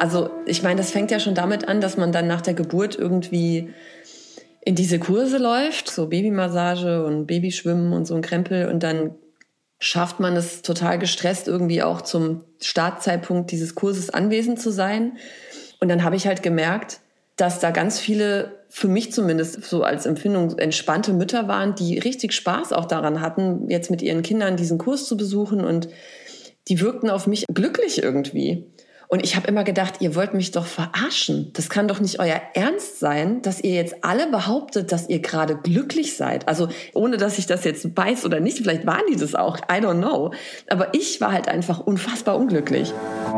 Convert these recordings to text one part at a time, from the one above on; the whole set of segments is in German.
Also ich meine, das fängt ja schon damit an, dass man dann nach der Geburt irgendwie in diese Kurse läuft, so Babymassage und Babyschwimmen und so ein Krempel. Und dann schafft man es total gestresst, irgendwie auch zum Startzeitpunkt dieses Kurses anwesend zu sein. Und dann habe ich halt gemerkt, dass da ganz viele, für mich zumindest so als Empfindung, entspannte Mütter waren, die richtig Spaß auch daran hatten, jetzt mit ihren Kindern diesen Kurs zu besuchen. Und die wirkten auf mich glücklich irgendwie. Und ich habe immer gedacht, ihr wollt mich doch verarschen. Das kann doch nicht euer Ernst sein, dass ihr jetzt alle behauptet, dass ihr gerade glücklich seid. Also ohne, dass ich das jetzt weiß oder nicht. Vielleicht waren die das auch. I don't know. Aber ich war halt einfach unfassbar unglücklich.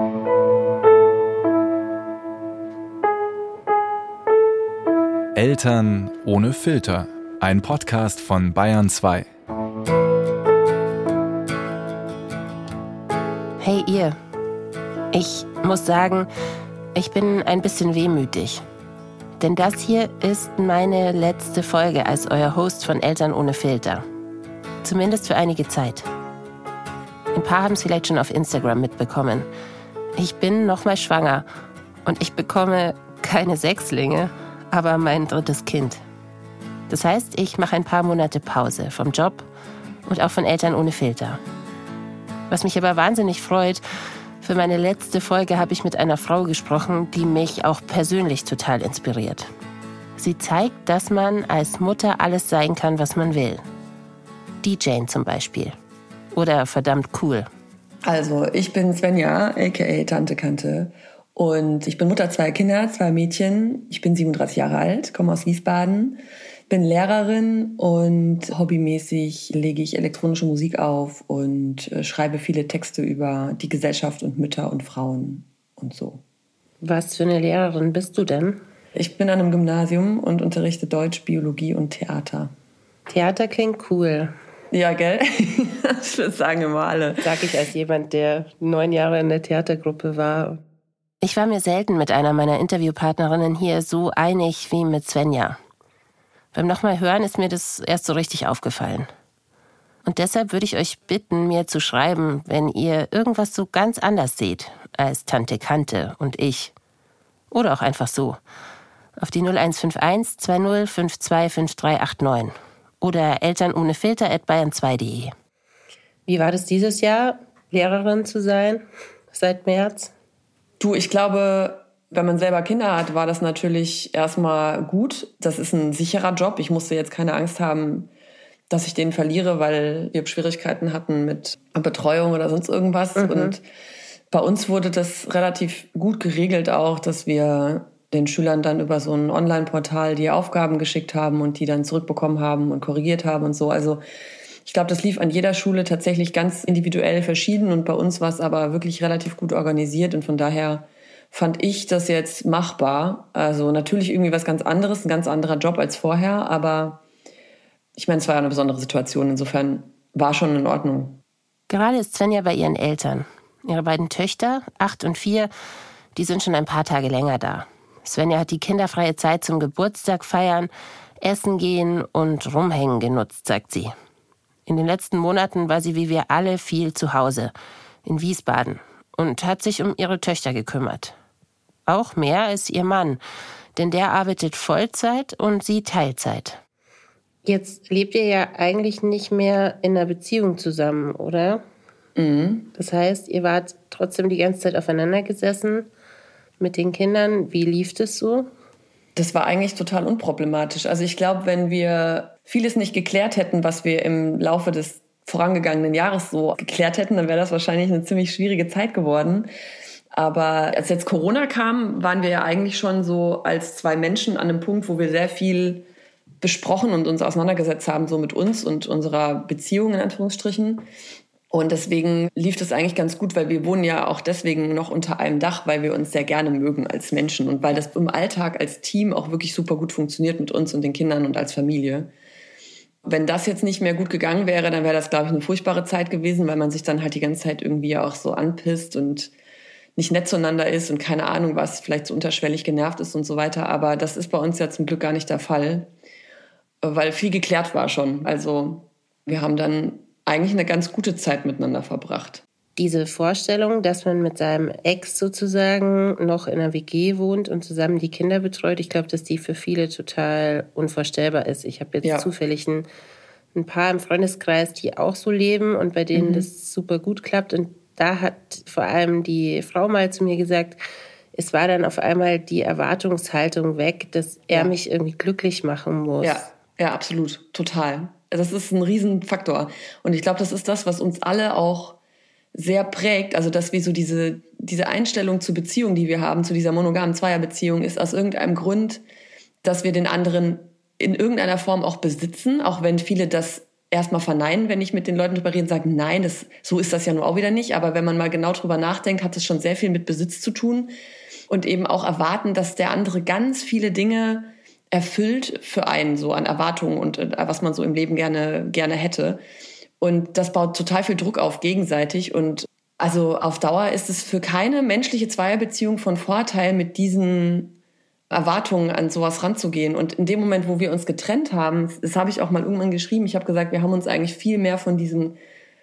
Eltern ohne Filter. Ein Podcast von Bayern 2. Hey ihr. Ich muss sagen, ich bin ein bisschen wehmütig. Denn das hier ist meine letzte Folge als euer Host von Eltern ohne Filter. Zumindest für einige Zeit. Ein paar haben es vielleicht schon auf Instagram mitbekommen. Ich bin nochmal schwanger und ich bekomme keine Sechslinge, aber mein 3. Kind. Das heißt, ich mache ein paar Monate Pause vom Job und auch von Eltern ohne Filter. Was mich aber wahnsinnig freut, für meine letzte Folge habe ich mit einer Frau gesprochen, die mich auch persönlich total inspiriert. Sie zeigt, dass man als Mutter alles sein kann, was man will. DJing zum Beispiel. Oder verdammt cool. Also, ich bin Svenja, a.k.a. Tante Kante. Und ich bin Mutter 2 Kinder, 2 Mädchen. Ich bin 37 Jahre alt, komme aus Wiesbaden. Bin Lehrerin und hobbymäßig lege ich elektronische Musik auf und schreibe viele Texte über die Gesellschaft und Mütter und Frauen und so. Was für eine Lehrerin bist du denn? Ich bin an einem Gymnasium und unterrichte Deutsch, Biologie und Theater. Theater klingt cool. Ja, gell? Das sagen immer alle. Sag ich als jemand, der 9 Jahre in der Theatergruppe war. Ich war mir selten mit einer meiner Interviewpartnerinnen hier so einig wie mit Svenja. Beim nochmal hören ist mir das erst so richtig aufgefallen. Und deshalb würde ich euch bitten, mir zu schreiben, wenn ihr irgendwas so ganz anders seht als Tante Kante und ich. Oder auch einfach so. Auf die 0151 20 52 5389. Oder elternohnefilter@bayern2.de. Wie war das dieses Jahr, Lehrerin zu sein, seit März? Du, ich glaube, wenn man selber Kinder hat, war das natürlich erstmal gut. Das ist ein sicherer Job. Ich musste jetzt keine Angst haben, dass ich den verliere, weil wir Schwierigkeiten hatten mit Betreuung oder sonst irgendwas. Und bei uns wurde das relativ gut geregelt auch, dass wir den Schülern dann über so ein Online-Portal die Aufgaben geschickt haben und die dann zurückbekommen haben und korrigiert haben und so. Also ich glaube, das lief an jeder Schule tatsächlich ganz individuell verschieden und bei uns war es aber wirklich relativ gut organisiert und von daher fand ich das jetzt machbar. Also natürlich irgendwie was ganz anderes, ein ganz anderer Job als vorher, aber ich meine, es war ja eine besondere Situation, insofern war schon in Ordnung. Gerade ist Svenja bei ihren Eltern. Ihre beiden Töchter, 8 und 4, die sind schon ein paar Tage länger da. Svenja hat die kinderfreie Zeit zum Geburtstag feiern, essen gehen und rumhängen genutzt, sagt sie. In den letzten Monaten war sie wie wir alle viel zu Hause, in Wiesbaden, und hat sich um ihre Töchter gekümmert. Auch mehr als ihr Mann, denn der arbeitet Vollzeit und sie Teilzeit. Jetzt lebt ihr ja eigentlich nicht mehr in einer Beziehung zusammen, oder? Mhm. Das heißt, ihr wart trotzdem die ganze Zeit aufeinander gesessen mit den Kindern. Wie lief das so? Das war eigentlich total unproblematisch. Also ich glaube, wenn wir vieles nicht geklärt hätten, was wir im Laufe des vorangegangenen Jahres so geklärt hätten, dann wäre das wahrscheinlich eine ziemlich schwierige Zeit geworden. Aber als jetzt Corona kam, waren wir ja eigentlich schon so als 2 Menschen an einem Punkt, wo wir sehr viel besprochen und uns auseinandergesetzt haben, so mit uns und unserer Beziehung in Anführungsstrichen. Und deswegen lief das eigentlich ganz gut, weil wir wohnen ja auch deswegen noch unter einem Dach, weil wir uns sehr gerne mögen als Menschen und weil das im Alltag als Team auch wirklich super gut funktioniert mit uns und den Kindern und als Familie. Wenn das jetzt nicht mehr gut gegangen wäre, dann wäre das, glaube ich, eine furchtbare Zeit gewesen, weil man sich dann halt die ganze Zeit irgendwie auch so anpisst und nicht nett zueinander ist und keine Ahnung was, vielleicht so unterschwellig genervt ist und so weiter. Aber das ist bei uns ja zum Glück gar nicht der Fall, weil viel geklärt war schon. Also wir haben dann eigentlich eine ganz gute Zeit miteinander verbracht. Diese Vorstellung, dass man mit seinem Ex sozusagen noch in einer WG wohnt und zusammen die Kinder betreut, ich glaube, dass die für viele total unvorstellbar ist. Ich habe jetzt zufällig ein paar im Freundeskreis, die auch so leben und bei denen das super gut klappt. Und da hat vor allem die Frau mal zu mir gesagt, es war dann auf einmal die Erwartungshaltung weg, dass er mich irgendwie glücklich machen muss. Ja, absolut, total. Das ist ein Riesenfaktor. Und ich glaube, das ist das, was uns alle auch sehr prägt, also dass wir so diese Einstellung zur Beziehung, die wir haben, zu dieser monogamen Zweierbeziehung, ist aus irgendeinem Grund, dass wir den anderen in irgendeiner Form auch besitzen, auch wenn viele das erstmal verneinen, wenn ich mit den Leuten drüber rede und sage, nein, so ist das ja nun auch wieder nicht, aber wenn man mal genau drüber nachdenkt, hat das schon sehr viel mit Besitz zu tun und eben auch erwarten, dass der andere ganz viele Dinge erfüllt für einen, so an Erwartungen und was man so im Leben gerne hätte. Und das baut total viel Druck auf gegenseitig. Und also auf Dauer ist es für keine menschliche Zweierbeziehung von Vorteil, mit diesen Erwartungen an sowas ranzugehen. Und in dem Moment, wo wir uns getrennt haben, das habe ich auch mal irgendwann geschrieben, ich habe gesagt, wir haben uns eigentlich viel mehr von diesem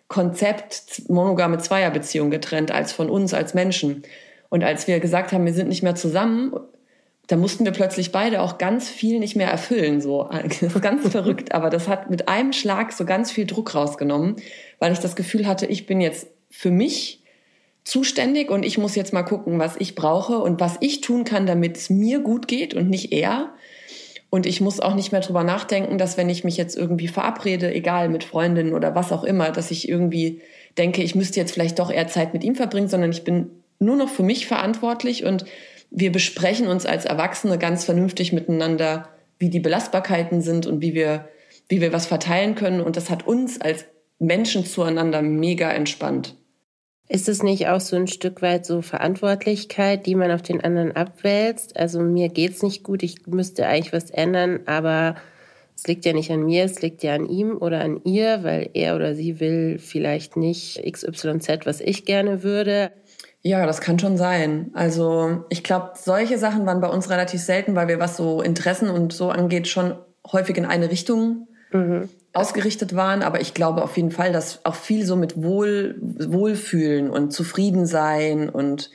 Konzept monogame Zweierbeziehung getrennt, als von uns als Menschen. Und als wir gesagt haben, wir sind nicht mehr zusammen, da mussten wir plötzlich beide auch ganz viel nicht mehr erfüllen. So. Das ist ganz verrückt, aber das hat mit einem Schlag so ganz viel Druck rausgenommen, weil ich das Gefühl hatte, ich bin jetzt für mich zuständig und ich muss jetzt mal gucken, was ich brauche und was ich tun kann, damit es mir gut geht und nicht er. Und ich muss auch nicht mehr drüber nachdenken, dass wenn ich mich jetzt irgendwie verabrede, egal mit Freundinnen oder was auch immer, dass ich irgendwie denke, ich müsste jetzt vielleicht doch eher Zeit mit ihm verbringen, sondern ich bin nur noch für mich verantwortlich und wir besprechen uns als Erwachsene ganz vernünftig miteinander, wie die Belastbarkeiten sind und wie wir was verteilen können. Und das hat uns als Menschen zueinander mega entspannt. Ist es nicht auch so ein Stück weit so Verantwortlichkeit, die man auf den anderen abwälzt? Also mir geht's nicht gut, ich müsste eigentlich was ändern, aber es liegt ja nicht an mir, es liegt ja an ihm oder an ihr, weil er oder sie will vielleicht nicht XYZ, was ich gerne würde. Ja, das kann schon sein. Also ich glaube, solche Sachen waren bei uns relativ selten, weil wir, was so Interessen und so angeht, schon häufig in eine Richtung ausgerichtet waren. Aber ich glaube auf jeden Fall, dass auch viel so mit Wohlfühlen und Zufriedensein und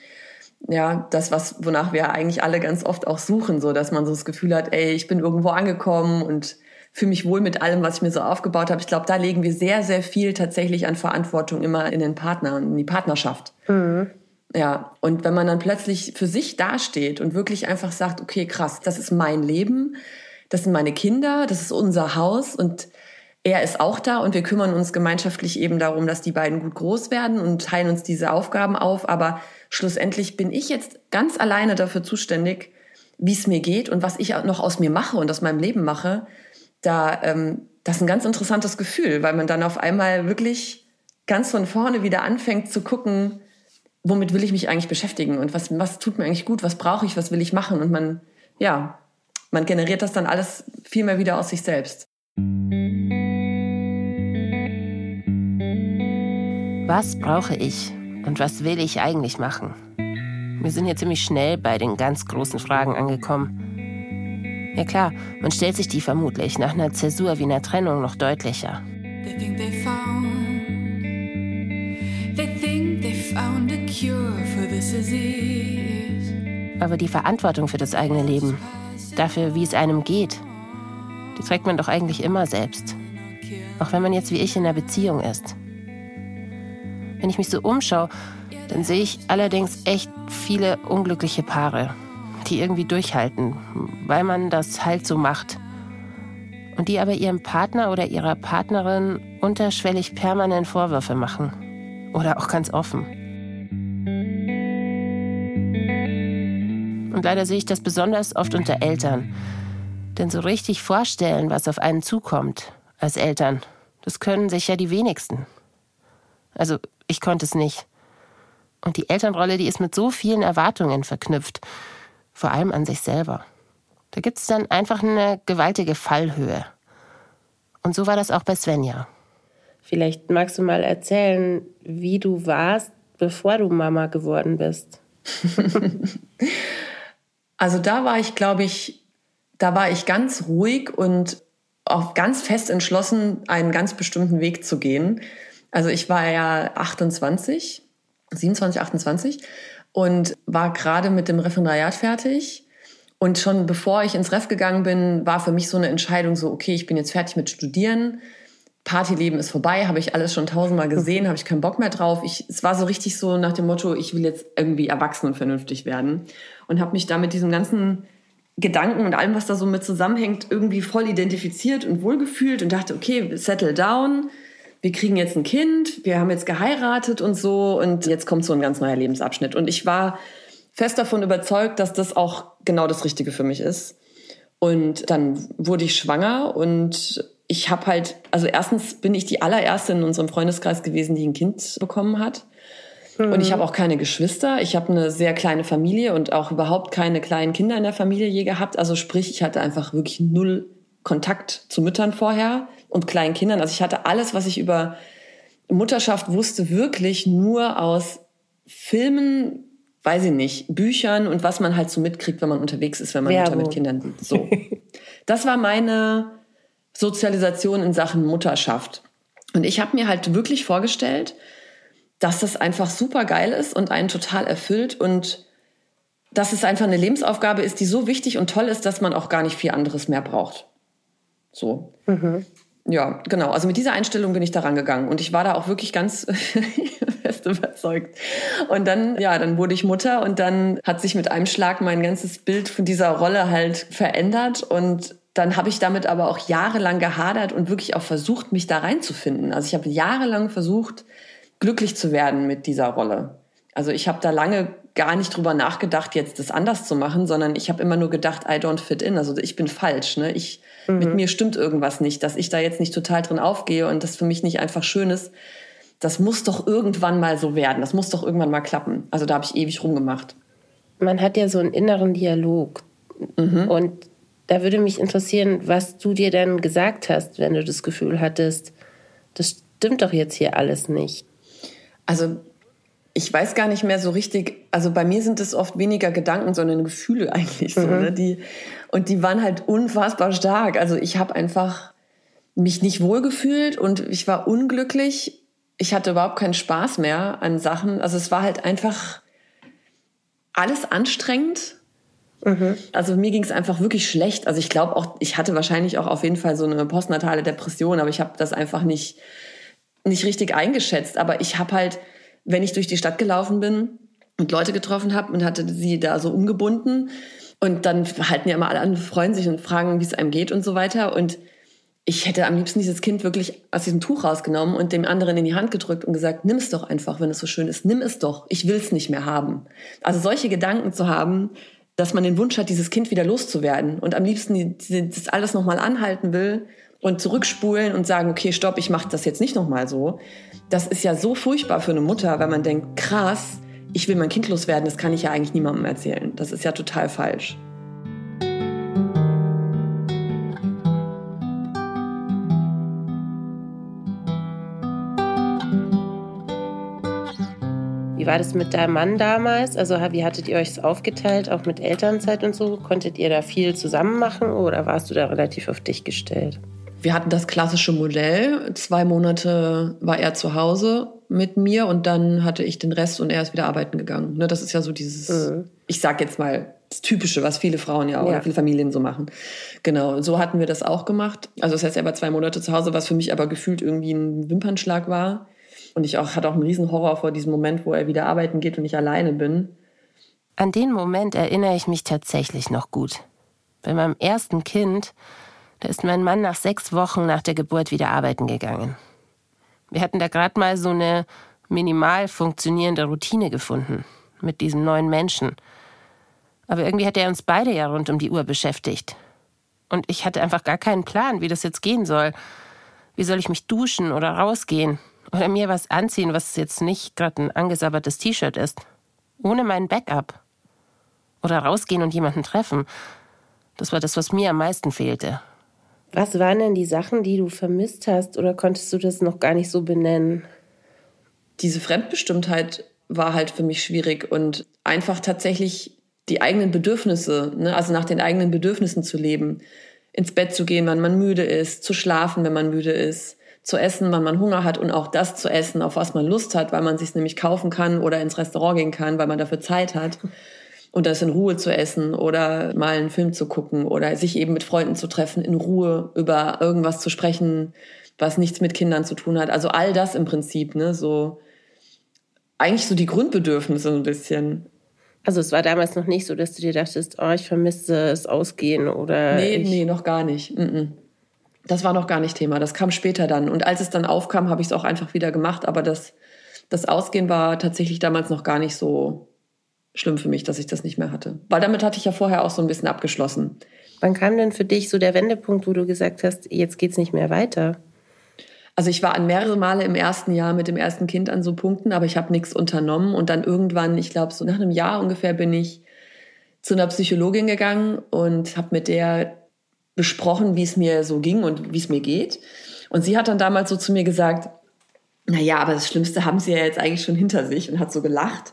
ja, das, wonach wir eigentlich alle ganz oft auch suchen, so dass man so das Gefühl hat, ey, ich bin irgendwo angekommen und fühle mich wohl mit allem, was ich mir so aufgebaut habe. Ich glaube, da legen wir sehr, sehr viel tatsächlich an Verantwortung immer in den Partner und in die Partnerschaft. Ja, und wenn man dann plötzlich für sich dasteht und wirklich einfach sagt, okay, krass, das ist mein Leben, das sind meine Kinder, das ist unser Haus und er ist auch da und wir kümmern uns gemeinschaftlich eben darum, dass die beiden gut groß werden und teilen uns diese Aufgaben auf. Aber schlussendlich bin ich jetzt ganz alleine dafür zuständig, wie es mir geht und was ich noch aus mir mache und aus meinem Leben mache. Das ist ein ganz interessantes Gefühl, weil man dann auf einmal wirklich ganz von vorne wieder anfängt zu gucken, womit will ich mich eigentlich beschäftigen und was tut mir eigentlich gut, was brauche ich, was will ich machen und man generiert das dann alles viel mehr wieder aus sich selbst. Was brauche ich und was will ich eigentlich machen? Wir sind hier ziemlich schnell bei den ganz großen Fragen angekommen. Ja klar, man stellt sich die vermutlich nach einer Zäsur wie einer Trennung noch deutlicher. Aber die Verantwortung für das eigene Leben, dafür, wie es einem geht, die trägt man doch eigentlich immer selbst. Auch wenn man jetzt wie ich in einer Beziehung ist. Wenn ich mich so umschaue, dann sehe ich allerdings echt viele unglückliche Paare, die irgendwie durchhalten, weil man das halt so macht. Und die aber ihrem Partner oder ihrer Partnerin unterschwellig permanent Vorwürfe machen. Oder auch ganz offen. Und leider sehe ich das besonders oft unter Eltern. Denn so richtig vorstellen, was auf einen zukommt als Eltern, das können sich ja die wenigsten. Also ich konnte es nicht. Und die Elternrolle, die ist mit so vielen Erwartungen verknüpft. Vor allem an sich selber. Da gibt es dann einfach eine gewaltige Fallhöhe. Und so war das auch bei Svenja. Vielleicht magst du mal erzählen, wie du warst, bevor du Mama geworden bist. Also da war ich, glaube ich, ganz ruhig und auch ganz fest entschlossen, einen ganz bestimmten Weg zu gehen. Also ich war ja 28 27, 28 und war gerade mit dem Referendariat fertig. Und schon bevor ich ins Ref gegangen bin, war für mich so eine Entscheidung so, okay, ich bin jetzt fertig mit Studieren. Partyleben ist vorbei, habe ich alles schon 1000-mal gesehen, habe ich keinen Bock mehr drauf. Es war so richtig so nach dem Motto, ich will jetzt irgendwie erwachsen und vernünftig werden. Und habe mich da mit diesem ganzen Gedanken und allem, was da so mit zusammenhängt, irgendwie voll identifiziert und wohlgefühlt und dachte, okay, settle down, wir kriegen jetzt ein Kind, wir haben jetzt geheiratet und so und jetzt kommt so ein ganz neuer Lebensabschnitt. Und ich war fest davon überzeugt, dass das auch genau das Richtige für mich ist. Und dann wurde ich schwanger und ich habe halt, also erstens bin ich die allererste in unserem Freundeskreis gewesen, die ein Kind bekommen hat. Und ich habe auch keine Geschwister. Ich habe eine sehr kleine Familie und auch überhaupt keine kleinen Kinder in der Familie je gehabt. Also sprich, ich hatte einfach wirklich 0 Kontakt zu Müttern vorher und kleinen Kindern. Also ich hatte alles, was ich über Mutterschaft wusste, wirklich nur aus Filmen, weiß ich nicht, Büchern und was man halt so mitkriegt, wenn man unterwegs ist, wenn man Mutter mit Kindern sieht. So. Das war meine Sozialisation in Sachen Mutterschaft. Und ich habe mir halt wirklich vorgestellt, dass das einfach super geil ist und einen total erfüllt und dass es einfach eine Lebensaufgabe ist, die so wichtig und toll ist, dass man auch gar nicht viel anderes mehr braucht. So. Ja, genau. Also mit dieser Einstellung bin ich da rangegangen und ich war da auch wirklich ganz fest überzeugt. Und dann, ja, dann wurde ich Mutter und dann hat sich mit einem Schlag mein ganzes Bild von dieser Rolle halt verändert und dann habe ich damit aber auch jahrelang gehadert und wirklich auch versucht, mich da reinzufinden. Also ich habe jahrelang versucht, glücklich zu werden mit dieser Rolle. Also ich habe da lange gar nicht drüber nachgedacht, jetzt das anders zu machen, sondern ich habe immer nur gedacht, I don't fit in. Also ich bin falsch, ne? Mit mir stimmt irgendwas nicht, dass ich da jetzt nicht total drin aufgehe und das für mich nicht einfach schön ist. Das muss doch irgendwann mal so werden. Das muss doch irgendwann mal klappen. Also da habe ich ewig rumgemacht. Man hat ja so einen inneren Dialog. Und da würde mich interessieren, was du dir dann gesagt hast, wenn du das Gefühl hattest, das stimmt doch jetzt hier alles nicht. Also ich weiß gar nicht mehr so richtig, also bei mir sind es oft weniger Gedanken, sondern Gefühle eigentlich so. Ne? Die waren halt unfassbar stark. Also ich habe einfach mich nicht wohlgefühlt und ich war unglücklich. Ich hatte überhaupt keinen Spaß mehr an Sachen. Also es war halt einfach alles anstrengend. Also mir ging es einfach wirklich schlecht. Also ich glaube auch, ich hatte wahrscheinlich auch auf jeden Fall so eine postnatale Depression, aber ich habe das einfach nicht richtig eingeschätzt. Aber ich habe halt, wenn ich durch die Stadt gelaufen bin und Leute getroffen habe und hatte sie da so umgebunden und dann halten ja immer alle an, freuen sich und fragen, wie es einem geht und so weiter. Und ich hätte am liebsten dieses Kind wirklich aus diesem Tuch rausgenommen und dem anderen in die Hand gedrückt und gesagt, nimm es doch einfach, wenn es so schön ist. Nimm es doch, ich will es nicht mehr haben. Also solche Gedanken zu haben, dass man den Wunsch hat, dieses Kind wieder loszuwerden und am liebsten das alles nochmal anhalten will und zurückspulen und sagen, okay, stopp, ich mache das jetzt nicht nochmal so. Das ist ja so furchtbar für eine Mutter, wenn man denkt, krass, ich will mein Kind loswerden, das kann ich ja eigentlich niemandem erzählen. Das ist ja total falsch. Wie war das mit deinem Mann damals? Also wie hattet ihr euch es aufgeteilt, auch mit Elternzeit und so? Konntet ihr da viel zusammen machen oder warst du da relativ auf dich gestellt? Wir hatten das klassische Modell. 2 Monate war er zu Hause mit mir und dann hatte ich den Rest und er ist wieder arbeiten gegangen. Das ist ja so dieses, ich sag jetzt mal, das Typische, was viele Frauen ja auch oder viele Familien so machen. Genau, so hatten wir das auch gemacht. Also das heißt, er war 2 Monate zu Hause, was für mich aber gefühlt irgendwie ein Wimpernschlag war. Und ich hatte auch einen riesen Horror vor diesem Moment, wo er wieder arbeiten geht und ich alleine bin. An den Moment erinnere ich mich tatsächlich noch gut. Bei meinem ersten Kind, da ist mein Mann nach 6 Wochen nach der Geburt wieder arbeiten gegangen. Wir hatten da gerade mal so eine minimal funktionierende Routine gefunden mit diesem neuen Menschen. Aber irgendwie hat er uns beide ja rund um die Uhr beschäftigt. Und ich hatte einfach gar keinen Plan, wie das jetzt gehen soll. Wie soll ich mich duschen oder rausgehen? Oder mir was anziehen, was jetzt nicht gerade ein angesabbertes T-Shirt ist. Ohne mein Backup. Oder rausgehen und jemanden treffen. Das war das, was mir am meisten fehlte. Was waren denn die Sachen, die du vermisst hast? Oder konntest du das noch gar nicht so benennen? Diese Fremdbestimmtheit war halt für mich schwierig. Und einfach tatsächlich die eigenen Bedürfnisse, also nach den eigenen Bedürfnissen zu leben. Ins Bett zu gehen, wenn man müde ist. Zu schlafen, wenn man müde ist. zu essen, wann man Hunger hat und auch das zu essen, auf was man Lust hat, weil man sich nämlich kaufen kann oder ins Restaurant gehen kann, weil man dafür Zeit hat. Und das in Ruhe zu essen oder mal einen Film zu gucken oder sich eben mit Freunden zu treffen, in Ruhe über irgendwas zu sprechen, was nichts mit Kindern zu tun hat. Also all das im Prinzip, ne, so eigentlich so die Grundbedürfnisse ein bisschen. Also es war damals noch nicht so, dass du dir dachtest, oh, ich vermisse das Ausgehen oder... Nee, noch gar nicht. Das war noch gar nicht Thema, das kam später dann. Und als es dann aufkam, habe ich es auch einfach wieder gemacht. Aber das Ausgehen war tatsächlich damals noch gar nicht so schlimm für mich, dass ich das nicht mehr hatte. Weil damit hatte ich ja vorher auch so ein bisschen abgeschlossen. Wann kam denn für dich so der Wendepunkt, wo du gesagt hast, jetzt geht's nicht mehr weiter? Also ich war an mehrere Male im ersten Jahr mit dem ersten Kind an so Punkten, aber ich habe nichts unternommen. Und dann irgendwann, ich glaube so nach einem Jahr ungefähr, bin ich zu einer Psychologin gegangen und habe mit der besprochen, wie es mir so ging und wie es mir geht. Und sie hat dann damals so zu mir gesagt, naja, aber das Schlimmste haben sie ja jetzt eigentlich schon hinter sich, und hat so gelacht.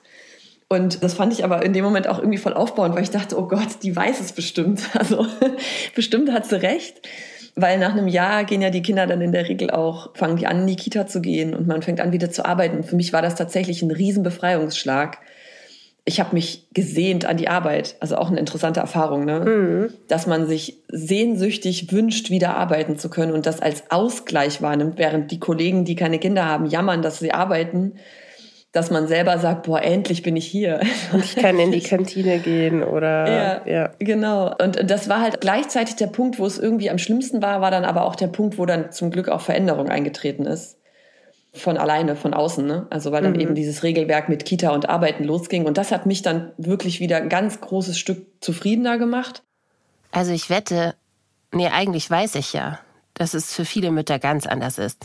Und das fand ich aber in dem Moment auch irgendwie voll aufbauend, weil ich dachte, oh Gott, die weiß es bestimmt. Also bestimmt hat sie recht. Weil nach einem Jahr gehen ja die Kinder dann in der Regel auch, fangen die an, in die Kita zu gehen und man fängt an, wieder zu arbeiten. Und für mich war das tatsächlich ein Riesenbefreiungsschlag. Ich habe mich gesehnt an die Arbeit. Also auch eine interessante Erfahrung, ne? Dass man sich sehnsüchtig wünscht, wieder arbeiten zu können und das als Ausgleich wahrnimmt, während die Kollegen, die keine Kinder haben, jammern, dass sie arbeiten, dass man selber sagt, boah, endlich bin ich hier. Und ich kann in die Kantine gehen oder... Ja, genau. Und das war halt gleichzeitig der Punkt, wo es irgendwie am schlimmsten war dann aber auch der Punkt, wo dann zum Glück auch Veränderung eingetreten ist. Von alleine, von außen, ne? Also weil dann eben dieses Regelwerk mit Kita und Arbeiten losging. Und das hat mich dann wirklich wieder ein ganz großes Stück zufriedener gemacht. Also ich wette, eigentlich weiß ich ja, dass es für viele Mütter ganz anders ist.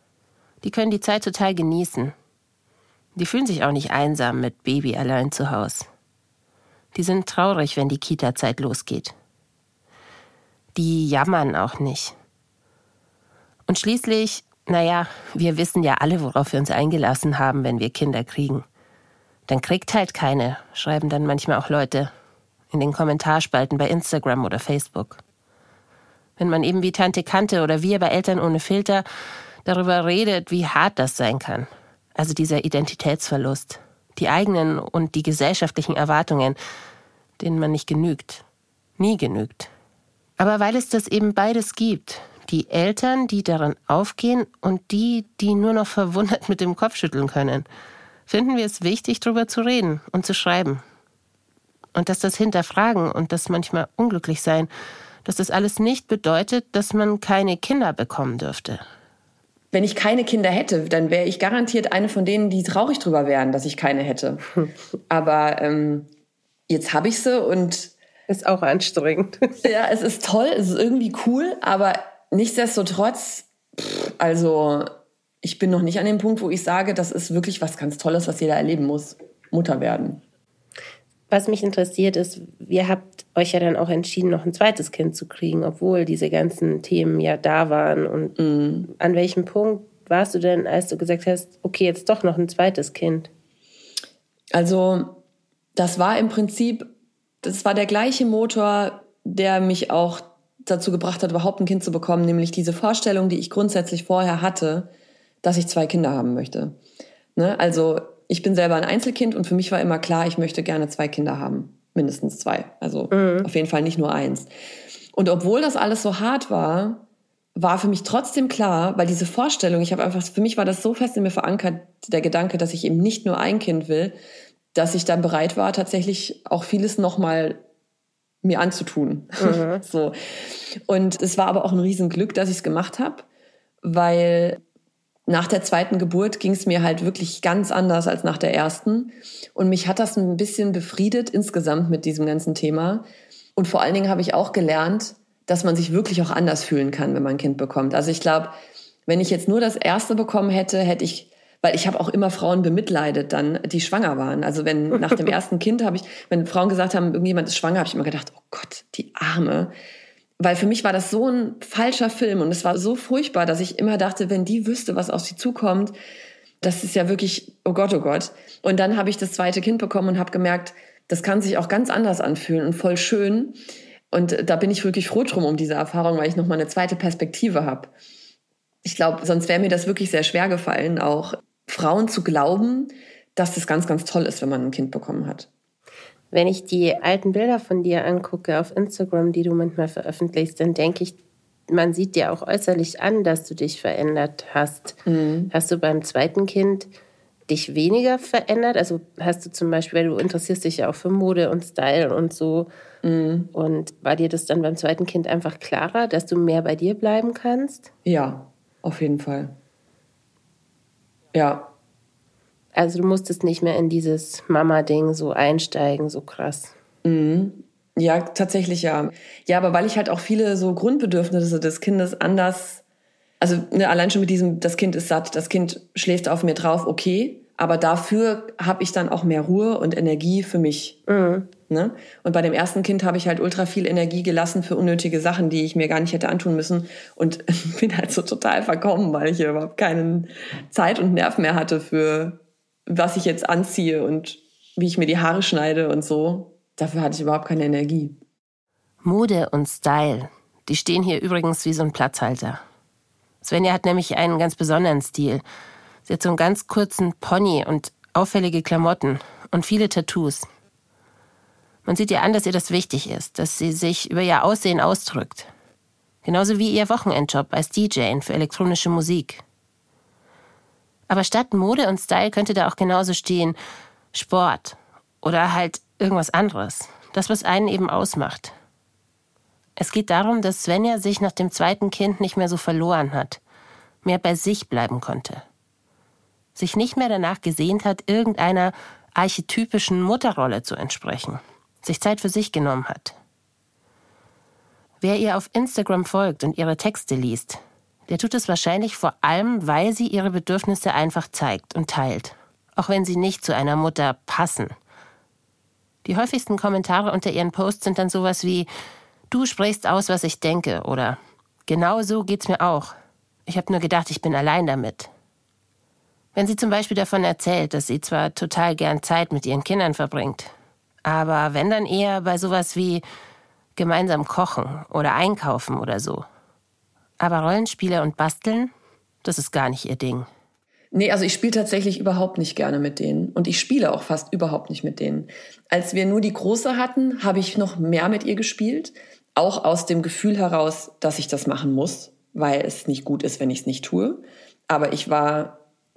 Die können die Zeit total genießen. Die fühlen sich auch nicht einsam mit Baby allein zu Hause. Die sind traurig, wenn die Kita-Zeit losgeht. Die jammern auch nicht. Und schließlich, wir wissen ja alle, worauf wir uns eingelassen haben, wenn wir Kinder kriegen. Dann kriegt halt keine, schreiben dann manchmal auch Leute in den Kommentarspalten bei Instagram oder Facebook. Wenn man eben wie Tante Kante oder wir bei Eltern ohne Filter darüber redet, wie hart das sein kann. Also dieser Identitätsverlust, die eigenen und die gesellschaftlichen Erwartungen, denen man nicht genügt, nie genügt. Aber weil es das eben beides gibt, die Eltern, die daran aufgehen und die nur noch verwundert mit dem Kopf schütteln können, finden wir es wichtig, darüber zu reden und zu schreiben. Und dass das Hinterfragen und das manchmal unglücklich sein, dass das alles nicht bedeutet, dass man keine Kinder bekommen dürfte. Wenn ich keine Kinder hätte, dann wäre ich garantiert eine von denen, die traurig drüber wären, dass ich keine hätte. Aber jetzt habe ich sie und... Ist auch anstrengend. Ja, es ist toll, es ist irgendwie cool, aber nichtsdestotrotz, also ich bin noch nicht an dem Punkt, wo ich sage, das ist wirklich was ganz Tolles, was jeder erleben muss, Mutter werden. Was mich interessiert ist, ihr habt euch ja dann auch entschieden, noch ein zweites Kind zu kriegen, obwohl diese ganzen Themen ja da waren. Und an welchem Punkt warst du denn, als du gesagt hast, okay, jetzt doch noch ein zweites Kind? Also das war im Prinzip, das war der gleiche Motor, der mich auch dazu gebracht hat, überhaupt ein Kind zu bekommen, nämlich diese Vorstellung, die ich grundsätzlich vorher hatte, dass ich 2 Kinder haben möchte. Ne? Also ich bin selber ein Einzelkind und für mich war immer klar, ich möchte gerne 2 Kinder haben. Mindestens 2. Also auf jeden Fall nicht nur 1. Und obwohl das alles so hart war, war für mich trotzdem klar, weil diese Vorstellung, für mich war das so fest in mir verankert, der Gedanke, dass ich eben nicht nur ein Kind will, dass ich dann bereit war, tatsächlich auch vieles nochmal mir anzutun. So. Und es war aber auch ein Riesenglück, dass ich es gemacht habe, weil nach der zweiten Geburt ging es mir halt wirklich ganz anders als nach der ersten. Und mich hat das ein bisschen befriedet insgesamt mit diesem ganzen Thema. Und vor allen Dingen habe ich auch gelernt, dass man sich wirklich auch anders fühlen kann, wenn man ein Kind bekommt. Also ich glaube, wenn ich jetzt nur das erste bekommen hätte, weil ich habe auch immer Frauen bemitleidet dann, die schwanger waren. Also wenn nach dem ersten Kind wenn Frauen gesagt haben, irgendjemand ist schwanger, habe ich immer gedacht, oh Gott, die Arme. Weil für mich war das so ein falscher Film und es war so furchtbar, dass ich immer dachte, wenn die wüsste, was auf sie zukommt, das ist ja wirklich, oh Gott, oh Gott. Und dann habe ich das zweite Kind bekommen und habe gemerkt, das kann sich auch ganz anders anfühlen und voll schön. Und da bin ich wirklich froh drum um diese Erfahrung, weil ich nochmal eine zweite Perspektive habe. Ich glaube, sonst wäre mir das wirklich sehr schwer gefallen, auch Frauen zu glauben, dass das ganz, ganz toll ist, wenn man ein Kind bekommen hat. Wenn ich die alten Bilder von dir angucke auf Instagram, die du manchmal veröffentlichst, dann denke ich, man sieht dir auch äußerlich an, dass du dich verändert hast. Mhm. Hast du beim zweiten Kind dich weniger verändert? Also hast du zum Beispiel, weil du interessierst dich ja auch für Mode und Style und so. Mhm. Und war dir das dann beim zweiten Kind einfach klarer, dass du mehr bei dir bleiben kannst? Ja, auf jeden Fall. Ja. Also du musstest nicht mehr in dieses Mama-Ding so einsteigen, so krass. Mhm. Ja, tatsächlich ja. Ja, aber weil ich halt auch viele so Grundbedürfnisse des Kindes anders, also allein schon mit diesem, das Kind ist satt, das Kind schläft auf mir drauf, okay, aber dafür habe ich dann auch mehr Ruhe und Energie für mich. Mhm. Ne? Und bei dem ersten Kind habe ich halt ultra viel Energie gelassen für unnötige Sachen, die ich mir gar nicht hätte antun müssen und bin halt so total verkommen, weil ich überhaupt keine Zeit und Nerv mehr hatte für was ich jetzt anziehe und wie ich mir die Haare schneide und so. Dafür hatte ich überhaupt keine Energie. Mode und Style, die stehen hier übrigens wie so ein Platzhalter. Svenja hat nämlich einen ganz besonderen Stil. Sie hat so einen ganz kurzen Pony und auffällige Klamotten und viele Tattoos. Man sieht ihr an, dass ihr das wichtig ist, dass sie sich über ihr Aussehen ausdrückt. Genauso wie ihr Wochenendjob als DJ für elektronische Musik. Aber statt Mode und Style könnte da auch genauso stehen Sport oder halt irgendwas anderes. Das, was einen eben ausmacht. Es geht darum, dass Svenja sich nach dem zweiten Kind nicht mehr so verloren hat, mehr bei sich bleiben konnte. Sich nicht mehr danach gesehnt hat, irgendeiner archetypischen Mutterrolle zu entsprechen. Sich Zeit für sich genommen hat. Wer ihr auf Instagram folgt und ihre Texte liest, der tut es wahrscheinlich vor allem, weil sie ihre Bedürfnisse einfach zeigt und teilt. Auch wenn sie nicht zu einer Mutter passen. Die häufigsten Kommentare unter ihren Posts sind dann sowas wie „Du sprichst aus, was ich denke" oder „Genau so geht's mir auch. Ich habe nur gedacht, ich bin allein damit." Wenn sie zum Beispiel davon erzählt, dass sie zwar total gern Zeit mit ihren Kindern verbringt, aber wenn dann eher bei sowas wie gemeinsam kochen oder einkaufen oder so. Aber Rollenspiele und Basteln, das ist gar nicht ihr Ding. Nee, also ich spiele tatsächlich überhaupt nicht gerne mit denen. Und ich spiele auch fast überhaupt nicht mit denen. Als wir nur die Große hatten, habe ich noch mehr mit ihr gespielt. Auch aus dem Gefühl heraus, dass ich das machen muss, weil es nicht gut ist, wenn ich es nicht tue. Aber ich war,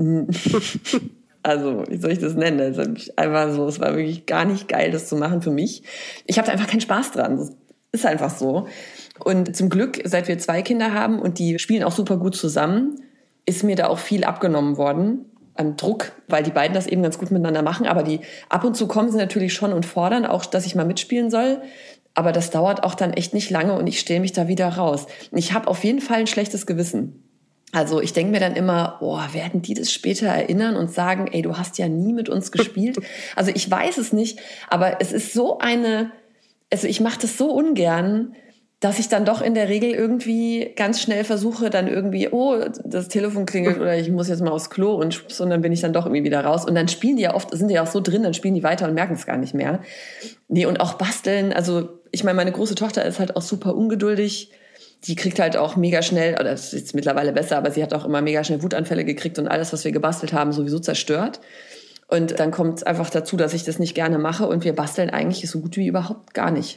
also wie soll ich das nennen? Es war wirklich gar nicht geil, das zu machen für mich. Ich habe da einfach keinen Spaß dran. Das ist einfach so. Und zum Glück, seit wir 2 Kinder haben und die spielen auch super gut zusammen, ist mir da auch viel abgenommen worden an Druck, weil die beiden das eben ganz gut miteinander machen. Aber die ab und zu kommen sie natürlich schon und fordern auch, dass ich mal mitspielen soll. Aber das dauert auch dann echt nicht lange und ich stelle mich da wieder raus. Ich habe auf jeden Fall ein schlechtes Gewissen. Also ich denke mir dann immer, werden die das später erinnern und sagen, ey, du hast ja nie mit uns gespielt. Also ich weiß es nicht, aber es ist also ich mache das so ungern, dass ich dann doch in der Regel irgendwie ganz schnell versuche, dann irgendwie, das Telefon klingelt oder ich muss jetzt mal aufs Klo und dann bin ich dann doch irgendwie wieder raus. Und dann spielen die ja oft, sind die ja auch so drin, dann spielen die weiter und merken es gar nicht mehr. Nee, und auch basteln, also ich meine, meine große Tochter ist halt auch super ungeduldig. Die kriegt halt auch mega schnell, oder das ist jetzt mittlerweile besser, aber sie hat auch immer mega schnell Wutanfälle gekriegt und alles, was wir gebastelt haben, sowieso zerstört. Und dann kommt es einfach dazu, dass ich das nicht gerne mache und wir basteln eigentlich so gut wie überhaupt gar nicht.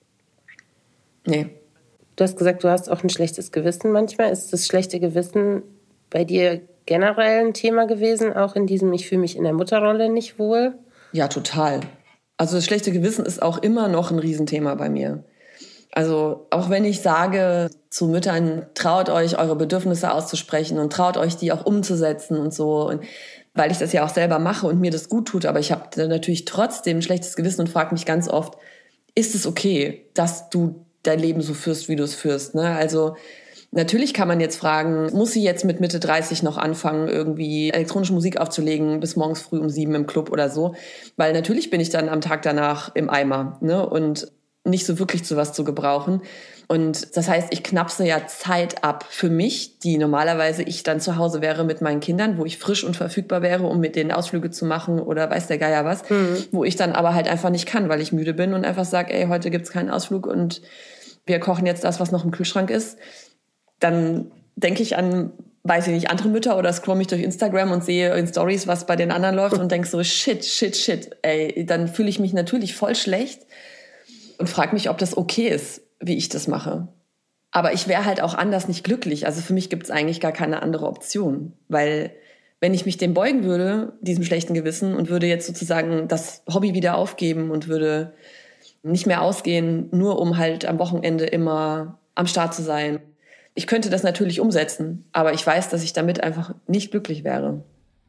Nee. Du hast gesagt, du hast auch ein schlechtes Gewissen manchmal. Ist das schlechte Gewissen bei dir generell ein Thema gewesen, auch in diesem ich fühle mich in der Mutterrolle nicht wohl? Ja, total. Also das schlechte Gewissen ist auch immer noch ein Riesenthema bei mir. Also auch wenn ich sage zu Müttern, traut euch, eure Bedürfnisse auszusprechen und traut euch, die auch umzusetzen und so. Und weil ich das ja auch selber mache und mir das gut tut, aber ich habe natürlich trotzdem ein schlechtes Gewissen und frage mich ganz oft, ist es okay, dass du dein Leben so führst, wie du es führst, ne? Also natürlich kann man jetzt fragen, muss sie jetzt mit Mitte 30 noch anfangen, irgendwie elektronische Musik aufzulegen bis morgens früh um 7 im Club oder so? Weil natürlich bin ich dann am Tag danach im Eimer, ne? Und nicht so wirklich zu was zu gebrauchen. Und das heißt, ich knapse ja Zeit ab für mich, die normalerweise ich dann zu Hause wäre mit meinen Kindern, wo ich frisch und verfügbar wäre, um mit denen Ausflüge zu machen oder weiß der Geier was, wo ich dann aber halt einfach nicht kann, weil ich müde bin und einfach sage, ey, heute gibt's keinen Ausflug und wir kochen jetzt das, was noch im Kühlschrank ist. Dann denke ich an weiß ich nicht, andere Mütter oder scroll mich durch Instagram und sehe in Stories, was bei den anderen läuft und denke so, shit, ey, dann fühle ich mich natürlich voll schlecht und frage mich, ob das okay ist, wie ich das mache. Aber ich wäre halt auch anders nicht glücklich. Also für mich gibt es eigentlich gar keine andere Option, weil wenn ich mich dem beugen würde, diesem schlechten Gewissen, und würde jetzt sozusagen das Hobby wieder aufgeben und würde nicht mehr ausgehen, nur um halt am Wochenende immer am Start zu sein. Ich könnte das natürlich umsetzen, aber ich weiß, dass ich damit einfach nicht glücklich wäre.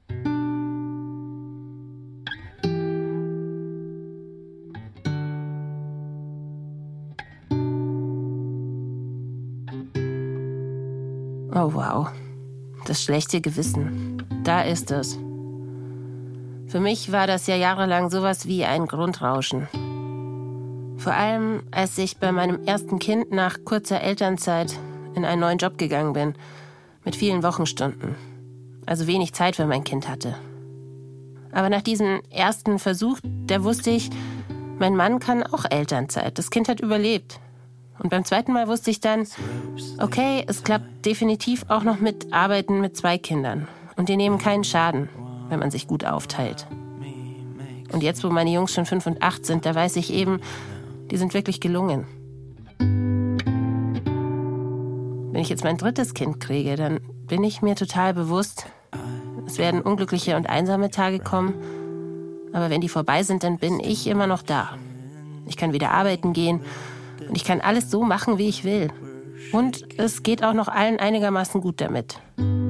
Oh wow, das schlechte Gewissen, da ist es. Für mich war das ja jahrelang sowas wie ein Grundrauschen. Vor allem, als ich bei meinem ersten Kind nach kurzer Elternzeit in einen neuen Job gegangen bin, mit vielen Wochenstunden, also wenig Zeit für mein Kind hatte. Aber nach diesem ersten Versuch, da wusste ich, mein Mann kann auch Elternzeit, das Kind hat überlebt. Und beim zweiten Mal wusste ich dann, okay, es klappt definitiv auch noch mit Arbeiten mit 2 Kindern. Und die nehmen keinen Schaden, wenn man sich gut aufteilt. Und jetzt, wo meine Jungs schon 5 und 8 sind, da weiß ich eben, die sind wirklich gelungen. Wenn ich jetzt mein 3. Kind kriege, dann bin ich mir total bewusst, es werden unglückliche und einsame Tage kommen. Aber wenn die vorbei sind, dann bin ich immer noch da. Ich kann wieder arbeiten gehen. Und ich kann alles so machen, wie ich will. Und es geht auch noch allen einigermaßen gut damit.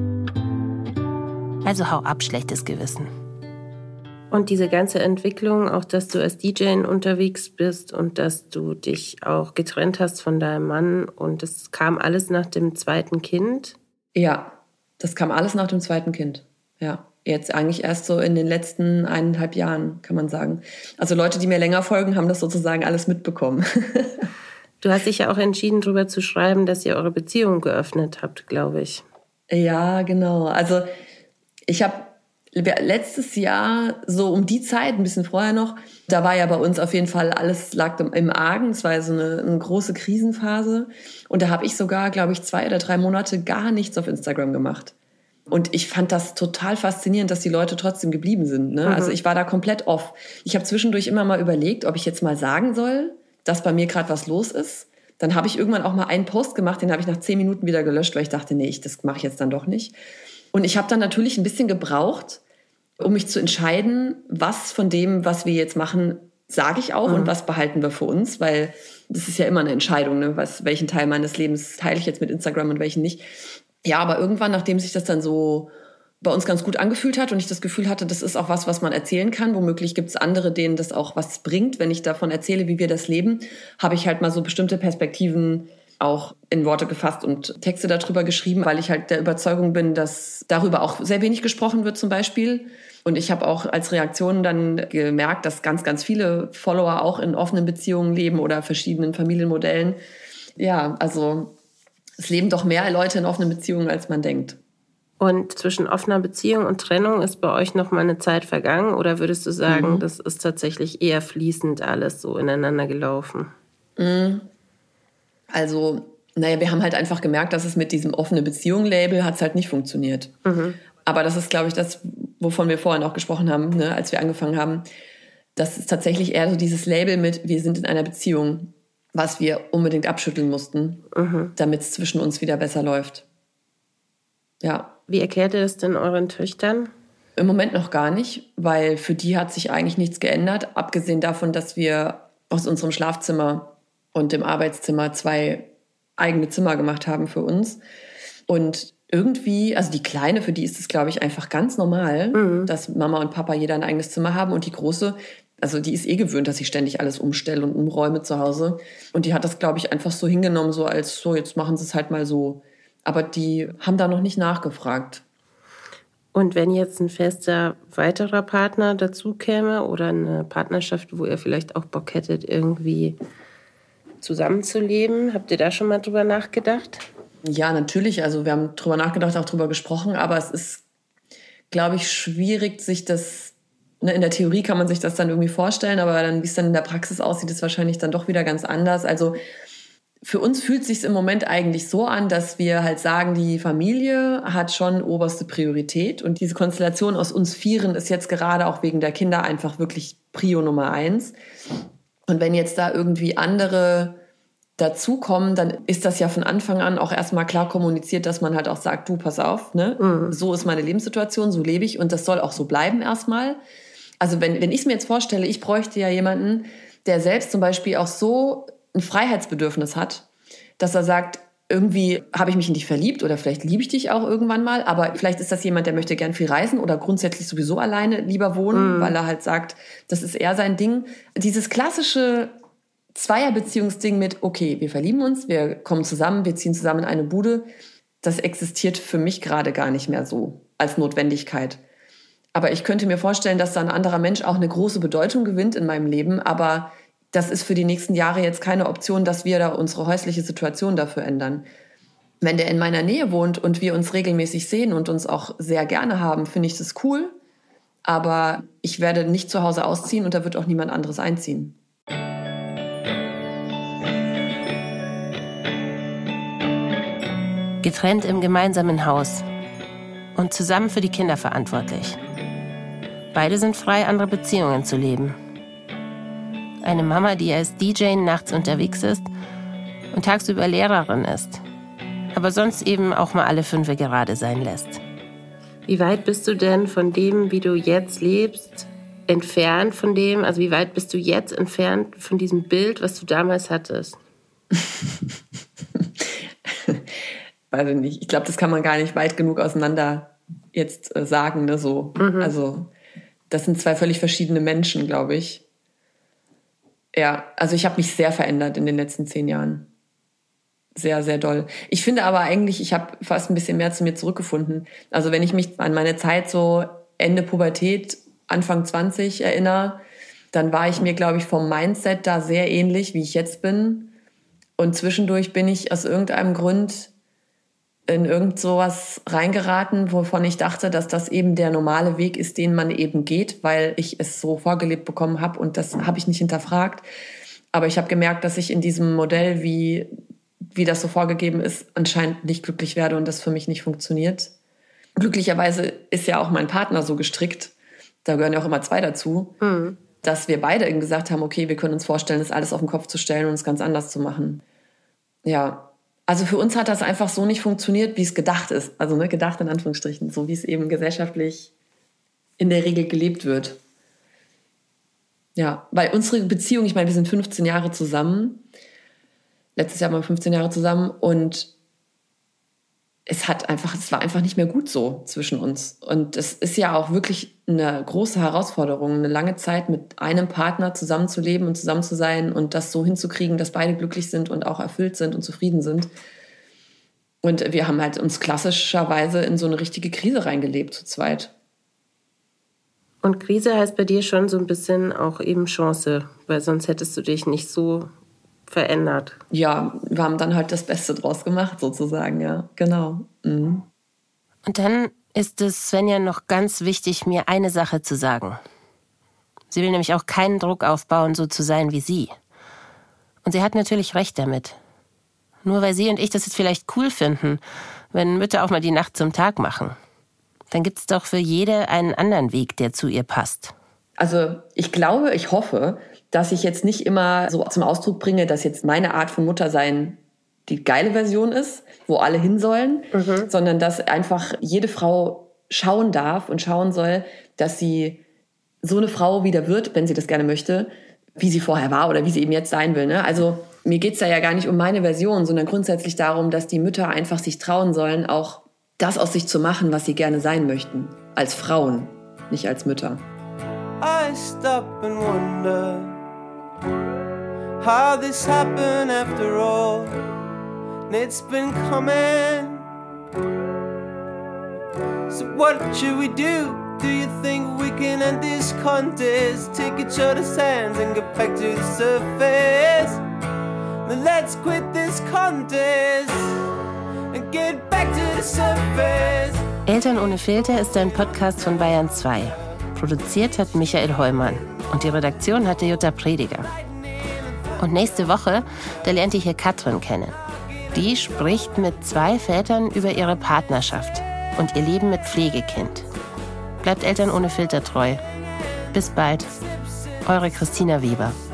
Also hau ab, schlechtes Gewissen. Und diese ganze Entwicklung, auch dass du als DJ unterwegs bist und dass du dich auch getrennt hast von deinem Mann, und das kam alles nach dem 2. Kind? Ja, das kam alles nach dem 2. Kind. Ja, jetzt eigentlich erst so in den letzten 1,5 Jahren, kann man sagen. Also Leute, die mir länger folgen, haben das sozusagen alles mitbekommen. Du hast dich ja auch entschieden, darüber zu schreiben, dass ihr eure Beziehung geöffnet habt, glaube ich. Ja, genau. Also ich habe letztes Jahr, so um die Zeit, ein bisschen vorher noch, da war ja bei uns auf jeden Fall alles lag im Argen. Es war ja so eine große Krisenphase. Und da habe ich sogar, glaube ich, 2 oder 3 Monate gar nichts auf Instagram gemacht. Und ich fand das total faszinierend, dass die Leute trotzdem geblieben sind. Ne? Also ich war da komplett off. Ich habe zwischendurch immer mal überlegt, ob ich jetzt mal sagen soll, dass bei mir gerade was los ist. Dann habe ich irgendwann auch mal einen Post gemacht, den habe ich nach 10 Minuten wieder gelöscht, weil ich dachte, nee, das mache ich jetzt dann doch nicht. Und ich habe dann natürlich ein bisschen gebraucht, um mich zu entscheiden, was von dem, was wir jetzt machen, sage ich auch und was behalten wir für uns, weil das ist ja immer eine Entscheidung, ne? Welchen Teil meines Lebens teile ich jetzt mit Instagram und welchen nicht. Ja, aber irgendwann, nachdem sich das dann so bei uns ganz gut angefühlt hat und ich das Gefühl hatte, das ist auch was man erzählen kann. Womöglich gibt es andere, denen das auch was bringt, wenn ich davon erzähle, wie wir das leben, habe ich halt mal so bestimmte Perspektiven auch in Worte gefasst und Texte darüber geschrieben, weil ich halt der Überzeugung bin, dass darüber auch sehr wenig gesprochen wird zum Beispiel. Und ich habe auch als Reaktion dann gemerkt, dass ganz, ganz viele Follower auch in offenen Beziehungen leben oder verschiedenen Familienmodellen. Ja, also es leben doch mehr Leute in offenen Beziehungen, als man denkt. Und zwischen offener Beziehung und Trennung ist bei euch noch mal eine Zeit vergangen? Oder würdest du sagen, das ist tatsächlich eher fließend alles so ineinander gelaufen? Also, naja, wir haben halt einfach gemerkt, dass es mit diesem offene Beziehung-Label hat es halt nicht funktioniert. Aber das ist, glaube ich, das, wovon wir vorhin auch gesprochen haben, ne, als wir angefangen haben. Das ist tatsächlich eher so dieses Label mit, wir sind in einer Beziehung, was wir unbedingt abschütteln mussten, damit es zwischen uns wieder besser läuft. Ja. Wie erklärt ihr das denn euren Töchtern? Im Moment noch gar nicht, weil für die hat sich eigentlich nichts geändert, abgesehen davon, dass wir aus unserem Schlafzimmer und dem Arbeitszimmer 2 eigene Zimmer gemacht haben für uns. Und irgendwie, also die Kleine, für die ist es, glaube ich, einfach ganz normal, dass Mama und Papa jeder ein eigenes Zimmer haben. Und die Große, also die ist gewöhnt, dass ich ständig alles umstelle und umräume zu Hause. Und die hat das, glaube ich, einfach so hingenommen, so als so, jetzt machen sie es halt mal so. Aber die haben da noch nicht nachgefragt. Und wenn jetzt ein fester weiterer Partner dazu käme oder eine Partnerschaft, wo ihr vielleicht auch Bock hättet, irgendwie zusammenzuleben, habt ihr da schon mal drüber nachgedacht? Ja, natürlich. Also wir haben drüber nachgedacht, auch drüber gesprochen. Aber es ist, glaube ich, schwierig, sich das, ne, in der Theorie kann man sich das dann irgendwie vorstellen, aber dann, wie es dann in der Praxis aussieht, ist wahrscheinlich dann doch wieder ganz anders. Also Für uns fühlt es sich im Moment eigentlich so an, dass wir halt sagen, die Familie hat schon oberste Priorität. Und diese Konstellation aus uns Vieren ist jetzt gerade auch wegen der Kinder einfach wirklich Prio Nummer 1. Und wenn jetzt da irgendwie andere dazukommen, dann ist das ja von Anfang an auch erstmal klar kommuniziert, dass man halt auch sagt, du, pass auf, ne? So ist meine Lebenssituation, so lebe ich und das soll auch so bleiben erstmal. Also wenn ich es mir jetzt vorstelle, ich bräuchte ja jemanden, der selbst zum Beispiel auch so ein Freiheitsbedürfnis hat, dass er sagt, irgendwie habe ich mich in dich verliebt oder vielleicht liebe ich dich auch irgendwann mal, aber vielleicht ist das jemand, der möchte gern viel reisen oder grundsätzlich sowieso alleine lieber wohnen, weil er halt sagt, das ist eher sein Ding. Dieses klassische Zweierbeziehungsding mit, okay, wir verlieben uns, wir kommen zusammen, wir ziehen zusammen in eine Bude, das existiert für mich gerade gar nicht mehr so als Notwendigkeit. Aber ich könnte mir vorstellen, dass da ein anderer Mensch auch eine große Bedeutung gewinnt in meinem Leben, aber das ist für die nächsten Jahre jetzt keine Option, dass wir da unsere häusliche Situation dafür ändern. Wenn der in meiner Nähe wohnt und wir uns regelmäßig sehen und uns auch sehr gerne haben, finde ich das cool, aber ich werde nicht zu Hause ausziehen und da wird auch niemand anderes einziehen. Getrennt im gemeinsamen Haus und zusammen für die Kinder verantwortlich. Beide sind frei, andere Beziehungen zu leben. Eine Mama, die als DJ nachts unterwegs ist und tagsüber Lehrerin ist, aber sonst eben auch mal alle 5 gerade sein lässt. Wie weit bist du denn von dem, wie du jetzt lebst, entfernt von dem? Also wie weit bist du jetzt entfernt von diesem Bild, was du damals hattest? Weiß ich nicht. Ich glaube, das kann man gar nicht weit genug auseinander jetzt sagen, ne, so. Also das sind 2 völlig verschiedene Menschen, glaube ich. Ja, also ich habe mich sehr verändert in den letzten 10 Jahren. Sehr, sehr doll. Ich finde aber eigentlich, ich habe fast ein bisschen mehr zu mir zurückgefunden. Also wenn ich mich an meine Zeit so Ende Pubertät, Anfang 20 erinnere, dann war ich mir, glaube ich, vom Mindset da sehr ähnlich, wie ich jetzt bin. Und zwischendurch bin ich aus irgendeinem Grund in irgend sowas reingeraten, wovon ich dachte, dass das eben der normale Weg ist, den man eben geht, weil ich es so vorgelebt bekommen habe und das habe ich nicht hinterfragt. Aber ich habe gemerkt, dass ich in diesem Modell, wie das so vorgegeben ist, anscheinend nicht glücklich werde und das für mich nicht funktioniert. Glücklicherweise ist ja auch mein Partner so gestrickt, da gehören ja auch immer 2 dazu, dass wir beide eben gesagt haben, okay, wir können uns vorstellen, das alles auf den Kopf zu stellen und es ganz anders zu machen. Ja. Also für uns hat das einfach so nicht funktioniert, wie es gedacht ist. Also gedacht in Anführungsstrichen, so wie es eben gesellschaftlich in der Regel gelebt wird. Ja, weil unsere Beziehung, ich meine, wir sind 15 Jahre zusammen. Letztes Jahr waren wir 15 Jahre zusammen und es war einfach nicht mehr gut so zwischen uns. Und es ist ja auch wirklich eine große Herausforderung, eine lange Zeit mit einem Partner zusammenzuleben und zusammen zu sein und das so hinzukriegen, dass beide glücklich sind und auch erfüllt sind und zufrieden sind. Und wir haben halt uns klassischerweise in so eine richtige Krise reingelebt zu zweit. Und Krise heißt bei dir schon so ein bisschen auch eben Chance, weil sonst hättest du dich nicht so verändert. Ja, wir haben dann halt das Beste draus gemacht, sozusagen, ja, genau. Mhm. Und dann ist es Svenja noch ganz wichtig, mir eine Sache zu sagen. Sie will nämlich auch keinen Druck aufbauen, so zu sein wie sie. Und sie hat natürlich recht damit. Nur weil sie und ich das jetzt vielleicht cool finden, wenn Mütter auch mal die Nacht zum Tag machen, dann gibt es doch für jede einen anderen Weg, der zu ihr passt. Also ich hoffe, dass ich jetzt nicht immer so zum Ausdruck bringe, dass jetzt meine Art von Muttersein die geile Version ist, wo alle hin sollen, sondern dass einfach jede Frau schauen darf und schauen soll, dass sie so eine Frau wieder wird, wenn sie das gerne möchte, wie sie vorher war oder wie sie eben jetzt sein will. Ne? Also mir geht's da ja gar nicht um meine Version, sondern grundsätzlich darum, dass die Mütter einfach sich trauen sollen, auch das aus sich zu machen, was sie gerne sein möchten. Als Frauen, nicht als Mütter. I stop and wonder how this happened after all. And it's been coming. So what should we do? Do you think we can end this contest? Take each other's hands and get back to the surface. Then let's quit this contest and get back to the surface. Eltern ohne Filter ist ein Podcast von Bayern 2. Produziert hat Michael Heumann und die Redaktion hatte Jutta Prediger. Und nächste Woche, da lernt ihr hier Katrin kennen. Die spricht mit 2 Vätern über ihre Partnerschaft und ihr Leben mit Pflegekind. Bleibt Eltern ohne Filter treu. Bis bald. Eure Christina Weber.